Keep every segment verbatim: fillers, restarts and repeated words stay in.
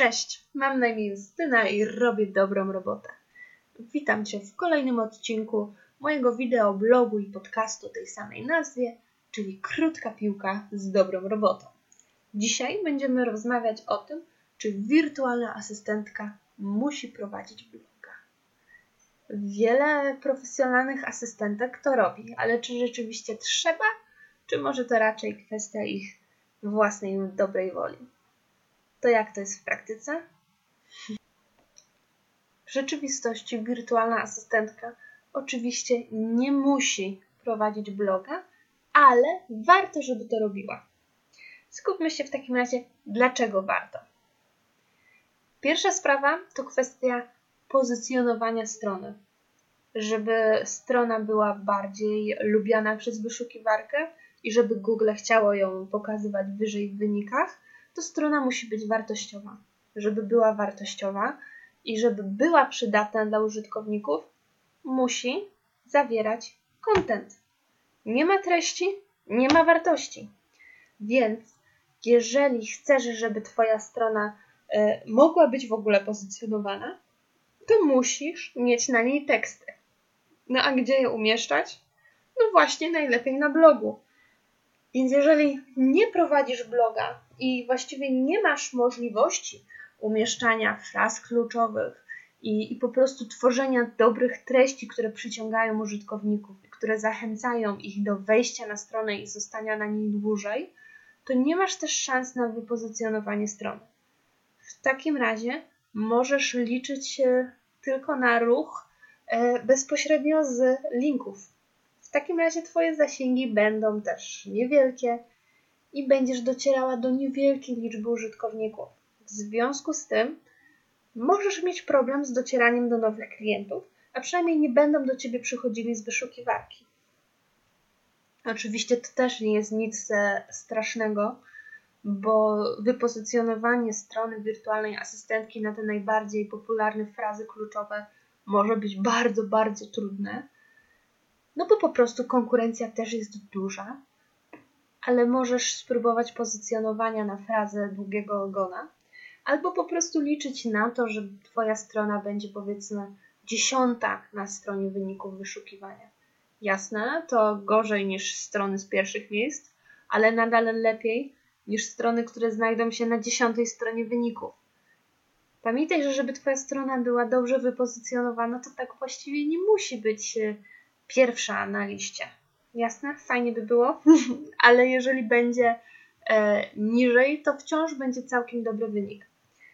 Cześć, mam na imię Justyna i robię dobrą robotę. Witam Cię w kolejnym odcinku mojego wideoblogu i podcastu o tej samej nazwie, czyli Krótka piłka z dobrą robotą. Dzisiaj będziemy rozmawiać o tym, czy wirtualna asystentka musi prowadzić bloga. Wiele profesjonalnych asystentek to robi, ale czy rzeczywiście trzeba, czy może to raczej kwestia ich własnej dobrej woli? To jak to jest w praktyce? W rzeczywistości wirtualna asystentka oczywiście nie musi prowadzić bloga, ale warto, żeby to robiła. Skupmy się w takim razie, dlaczego warto. Pierwsza sprawa to kwestia pozycjonowania strony. Żeby strona była bardziej lubiana przez wyszukiwarkę i żeby Google chciało ją pokazywać wyżej w wynikach, to strona musi być wartościowa. Żeby była wartościowa i żeby była przydatna dla użytkowników, musi zawierać content. Nie ma treści, nie ma wartości. Więc jeżeli chcesz, żeby Twoja strona y, mogła być w ogóle pozycjonowana, to musisz mieć na niej teksty. No a gdzie je umieszczać? No właśnie najlepiej na blogu. Więc jeżeli nie prowadzisz bloga i właściwie nie masz możliwości umieszczania fraz kluczowych i, i po prostu tworzenia dobrych treści, które przyciągają użytkowników, które zachęcają ich do wejścia na stronę i zostania na niej dłużej, to nie masz też szans na wypozycjonowanie strony. W takim razie możesz liczyć tylko na ruch e, bezpośrednio z linków. W takim razie Twoje zasięgi będą też niewielkie i będziesz docierała do niewielkiej liczby użytkowników. W związku z tym możesz mieć problem z docieraniem do nowych klientów, a przynajmniej nie będą do Ciebie przychodzili z wyszukiwarki. Oczywiście to też nie jest nic strasznego, bo wypozycjonowanie strony wirtualnej asystentki na te najbardziej popularne frazy kluczowe może być bardzo, bardzo trudne. No bo po prostu konkurencja też jest duża, ale możesz spróbować pozycjonowania na frazę długiego ogona, albo po prostu liczyć na to, że Twoja strona będzie powiedzmy dziesiąta na stronie wyników wyszukiwania. Jasne, to gorzej niż strony z pierwszych miejsc, ale nadal lepiej niż strony, które znajdą się na dziesiątej stronie wyników. Pamiętaj, że żeby Twoja strona była dobrze wypozycjonowana, to tak właściwie nie musi być pierwsza na liście. Jasne? Fajnie by było, ale jeżeli będzie e, niżej, to wciąż będzie całkiem dobry wynik.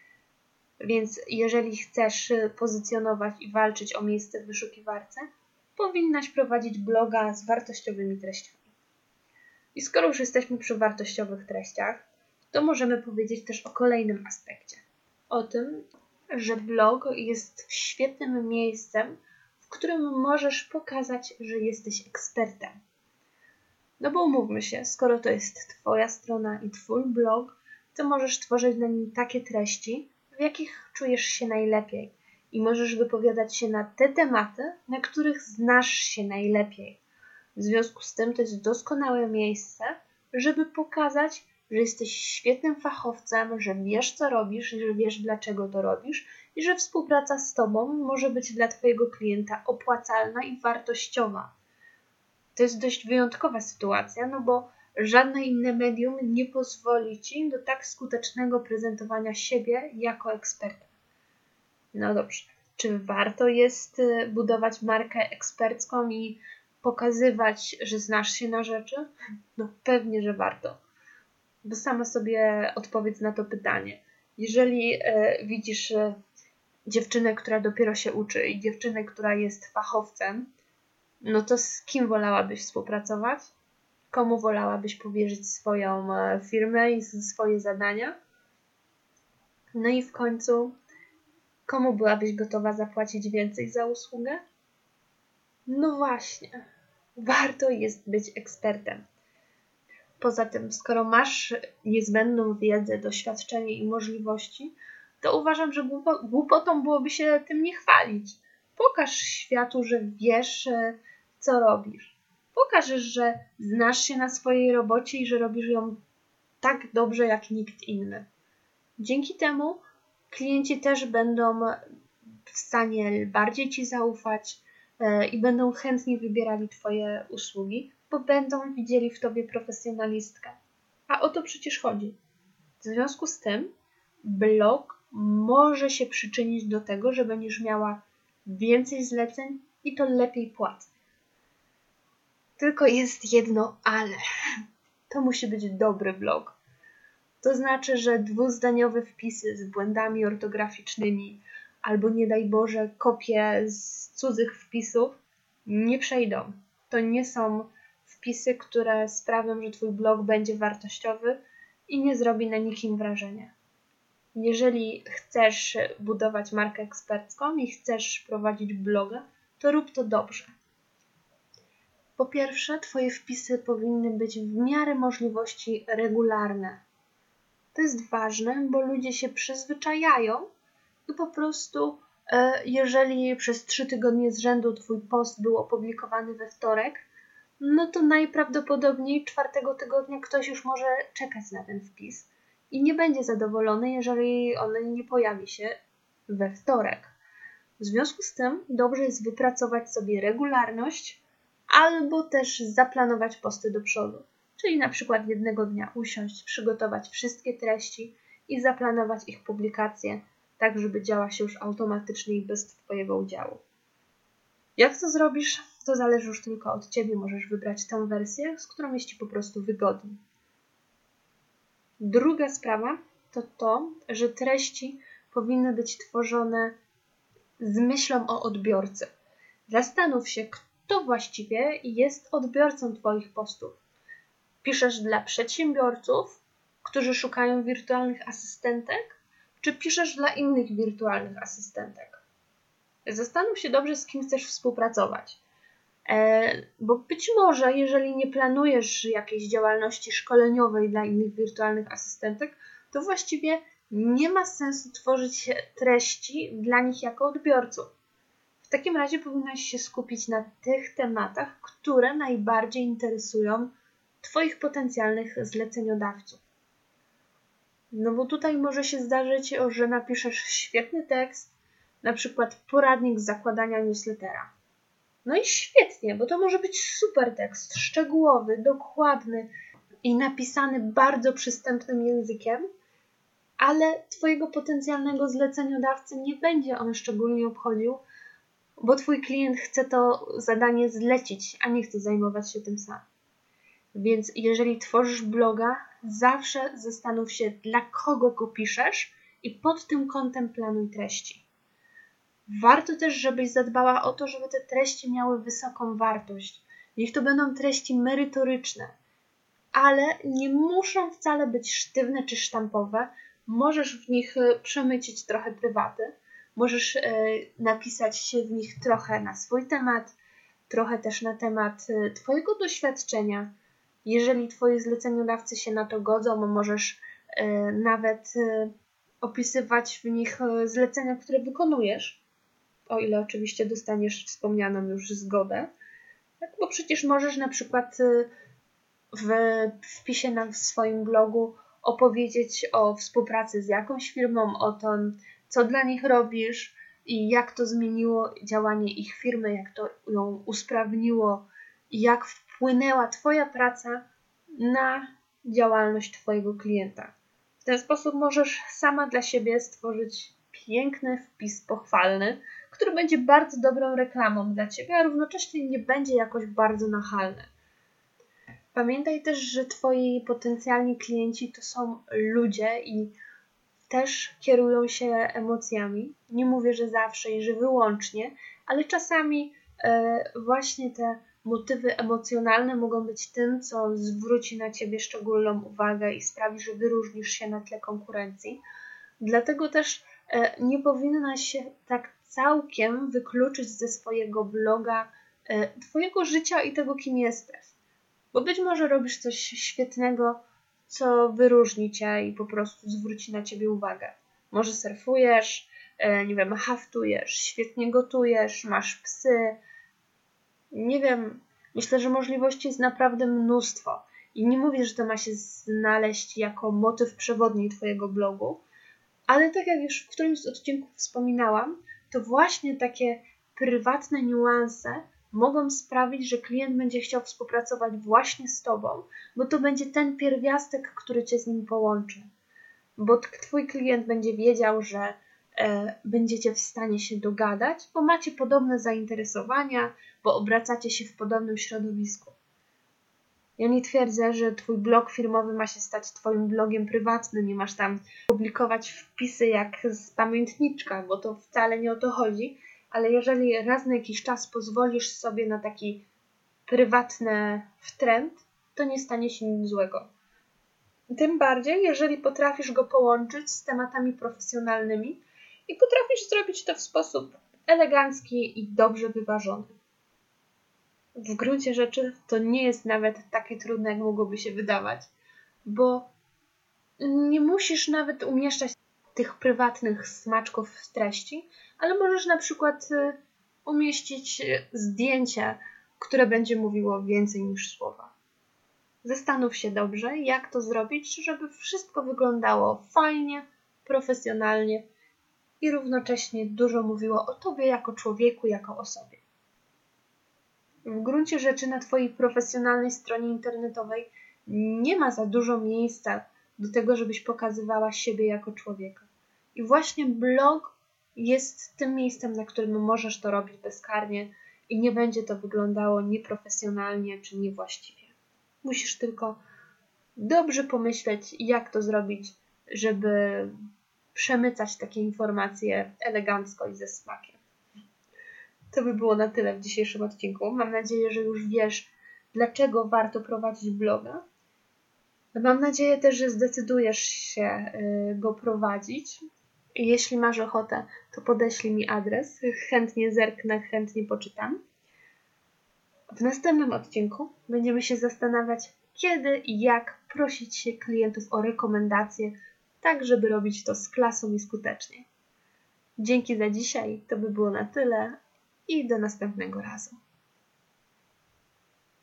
Więc jeżeli chcesz pozycjonować i walczyć o miejsce w wyszukiwarce, powinnaś prowadzić bloga z wartościowymi treściami. I skoro już jesteśmy przy wartościowych treściach, to możemy powiedzieć też o kolejnym aspekcie. O tym, że blog jest świetnym miejscem, w którym możesz pokazać, że jesteś ekspertem. No bo umówmy się, skoro to jest Twoja strona i Twój blog, to możesz tworzyć na nim takie treści, w jakich czujesz się najlepiej i możesz wypowiadać się na te tematy, na których znasz się najlepiej. W związku z tym to jest doskonałe miejsce, żeby pokazać, że jesteś świetnym fachowcem, że wiesz, co robisz, że wiesz, dlaczego to robisz i że współpraca z Tobą może być dla Twojego klienta opłacalna i wartościowa. To jest dość wyjątkowa sytuacja, no bo żadne inne medium nie pozwoli Ci do tak skutecznego prezentowania siebie jako eksperta. No dobrze, czy warto jest budować markę ekspercką i pokazywać, że znasz się na rzeczy? No pewnie, że warto. Bo sama sobie odpowiedz na to pytanie. Jeżeli e, widzisz e, dziewczynę, która dopiero się uczy i dziewczynę, która jest fachowcem, no to z kim wolałabyś współpracować? Komu wolałabyś powierzyć swoją e, firmę i swoje zadania? No i w końcu, komu byłabyś gotowa zapłacić więcej za usługę? No właśnie, warto jest być ekspertem. Poza tym, skoro masz niezbędną wiedzę, doświadczenie i możliwości, to uważam, że głupotą byłoby się tym nie chwalić. Pokaż światu, że wiesz, co robisz. Pokaż, że znasz się na swojej robocie i że robisz ją tak dobrze jak nikt inny. Dzięki temu Klienci też będą w stanie bardziej Ci zaufać i będą chętniej wybierali Twoje usługi, bo będą widzieli w Tobie profesjonalistkę. A o to przecież chodzi. W związku z tym blog może się przyczynić do tego, że będziesz miała więcej zleceń i to lepiej płatnych. Tylko jest jedno ale. To musi być dobry blog. To znaczy, że dwuzdaniowe wpisy z błędami ortograficznymi albo nie daj Boże kopie z cudzych wpisów nie przejdą. To nie są wpisy, które sprawią, że Twój blog będzie wartościowy i nie zrobi na nikim wrażenia. Jeżeli chcesz budować markę ekspercką i chcesz prowadzić bloga, to rób to dobrze. Po pierwsze, Twoje wpisy powinny być w miarę możliwości regularne. To jest ważne, bo ludzie się przyzwyczajają i po prostu, jeżeli przez trzy tygodnie z rzędu Twój post był opublikowany we wtorek, no to najprawdopodobniej czwartego tygodnia ktoś już może czekać na ten wpis i nie będzie zadowolony, jeżeli on nie pojawi się we wtorek. W związku z tym dobrze jest wypracować sobie regularność albo też zaplanować posty do przodu. Czyli na przykład jednego dnia usiąść, przygotować wszystkie treści i zaplanować ich publikację, tak żeby działa się już automatycznie i bez Twojego udziału. Jak to zrobisz, to zależy już tylko od Ciebie. Możesz wybrać tę wersję, z którą jest Ci po prostu wygodniej. Druga sprawa to to, że treści powinny być tworzone z myślą o odbiorcy. Zastanów się, kto właściwie jest odbiorcą Twoich postów. Piszesz dla przedsiębiorców, którzy szukają wirtualnych asystentek, czy piszesz dla innych wirtualnych asystentek? Zastanów się dobrze, z kim chcesz współpracować. E, bo być może, jeżeli nie planujesz jakiejś działalności szkoleniowej dla innych wirtualnych asystentek, to właściwie nie ma sensu tworzyć treści dla nich jako odbiorców. W takim razie powinnaś się skupić na tych tematach, które najbardziej interesują Twoich potencjalnych zleceniodawców. No bo tutaj może się zdarzyć, że napiszesz świetny tekst, na przykład poradnik z zakładania newslettera. No i świetnie, bo to może być super tekst, szczegółowy, dokładny i napisany bardzo przystępnym językiem, ale Twojego potencjalnego zleceniodawcy nie będzie on szczególnie obchodził, bo Twój klient chce to zadanie zlecić, a nie chce zajmować się tym sam. Więc jeżeli tworzysz bloga, zawsze zastanów się, dla kogo go piszesz i pod tym kątem planuj treści. Warto też, żebyś zadbała o to, żeby te treści miały wysoką wartość. Niech to będą treści merytoryczne, ale nie muszą wcale być sztywne czy sztampowe. Możesz w nich przemycić trochę prywaty, możesz e, napisać się w nich trochę na swój temat, trochę też na temat e, Twojego doświadczenia. Jeżeli Twoi zleceniodawcy się na to godzą, możesz e, nawet e, opisywać w nich e, zlecenia, które wykonujesz, o ile oczywiście dostaniesz wspomnianą już zgodę, tak, bo przecież możesz na przykład e, w wpisie na swoim blogu opowiedzieć o współpracy z jakąś firmą, o tym, co dla nich robisz i jak to zmieniło działanie ich firmy, jak to ją usprawniło i jak wpłynęła Twoja praca na działalność Twojego klienta. W ten sposób możesz sama dla siebie stworzyć piękny wpis pochwalny, który będzie bardzo dobrą reklamą dla Ciebie, a równocześnie nie będzie jakoś bardzo nachalny. Pamiętaj też, że Twoi potencjalni klienci to są ludzie i też kierują się emocjami. Nie mówię, że zawsze i że wyłącznie, ale czasami e, właśnie te motywy emocjonalne mogą być tym, co zwróci na Ciebie szczególną uwagę i sprawi, że wyróżnisz się na tle konkurencji. Dlatego też e, nie powinnaś się tak całkiem wykluczyć ze swojego bloga e, Twojego życia i tego, kim jesteś. Bo być może robisz coś świetnego, co wyróżni Cię i po prostu zwróci na Ciebie uwagę. Może surfujesz, nie wiem, haftujesz, świetnie gotujesz, masz psy. Nie wiem, myślę, że możliwości jest naprawdę mnóstwo. I nie mówię, że to ma się znaleźć jako motyw przewodni Twojego blogu, Ale tak jak już w którymś z odcinków wspominałam, to właśnie takie prywatne niuanse mogą sprawić, że klient będzie chciał współpracować właśnie z Tobą, bo to będzie ten pierwiastek, który Cię z nim połączy. Bo Twój klient będzie wiedział, że e, będziecie w stanie się dogadać, bo macie podobne zainteresowania, bo obracacie się w podobnym środowisku. Ja nie twierdzę, że Twój blog firmowy ma się stać Twoim blogiem prywatnym i masz tam publikować wpisy jak z pamiętniczka, bo to wcale nie o to chodzi, ale jeżeli raz na jakiś czas pozwolisz sobie na taki prywatny wtręt, to nie stanie się nic złego. Tym bardziej, jeżeli potrafisz go połączyć z tematami profesjonalnymi i potrafisz zrobić to w sposób elegancki i dobrze wyważony. W gruncie rzeczy to nie jest nawet takie trudne, jak mogłoby się wydawać, bo nie musisz nawet umieszczać tych prywatnych smaczków w treści, ale możesz na przykład umieścić zdjęcie, które będzie mówiło więcej niż słowa. Zastanów się dobrze, jak to zrobić, żeby wszystko wyglądało fajnie, profesjonalnie i równocześnie dużo mówiło o Tobie jako człowieku, jako osobie. W gruncie rzeczy na Twojej profesjonalnej stronie internetowej nie ma za dużo miejsca do tego, żebyś pokazywała siebie jako człowieka. I właśnie blog jest tym miejscem, na którym możesz to robić bezkarnie i nie będzie to wyglądało nieprofesjonalnie czy niewłaściwie. Musisz tylko dobrze pomyśleć, jak to zrobić, żeby przemycać takie informacje elegancko i ze smakiem. To by było na tyle w dzisiejszym odcinku. Mam nadzieję, że już wiesz, dlaczego warto prowadzić bloga. Mam nadzieję też, że zdecydujesz się go prowadzić. Jeśli masz ochotę, to podeślij mi adres. Chętnie zerknę, chętnie poczytam. W następnym odcinku będziemy się zastanawiać, kiedy i jak prosić się klientów o rekomendacje, tak żeby robić to z klasą i skutecznie. Dzięki za dzisiaj, to by było na tyle i do następnego razu.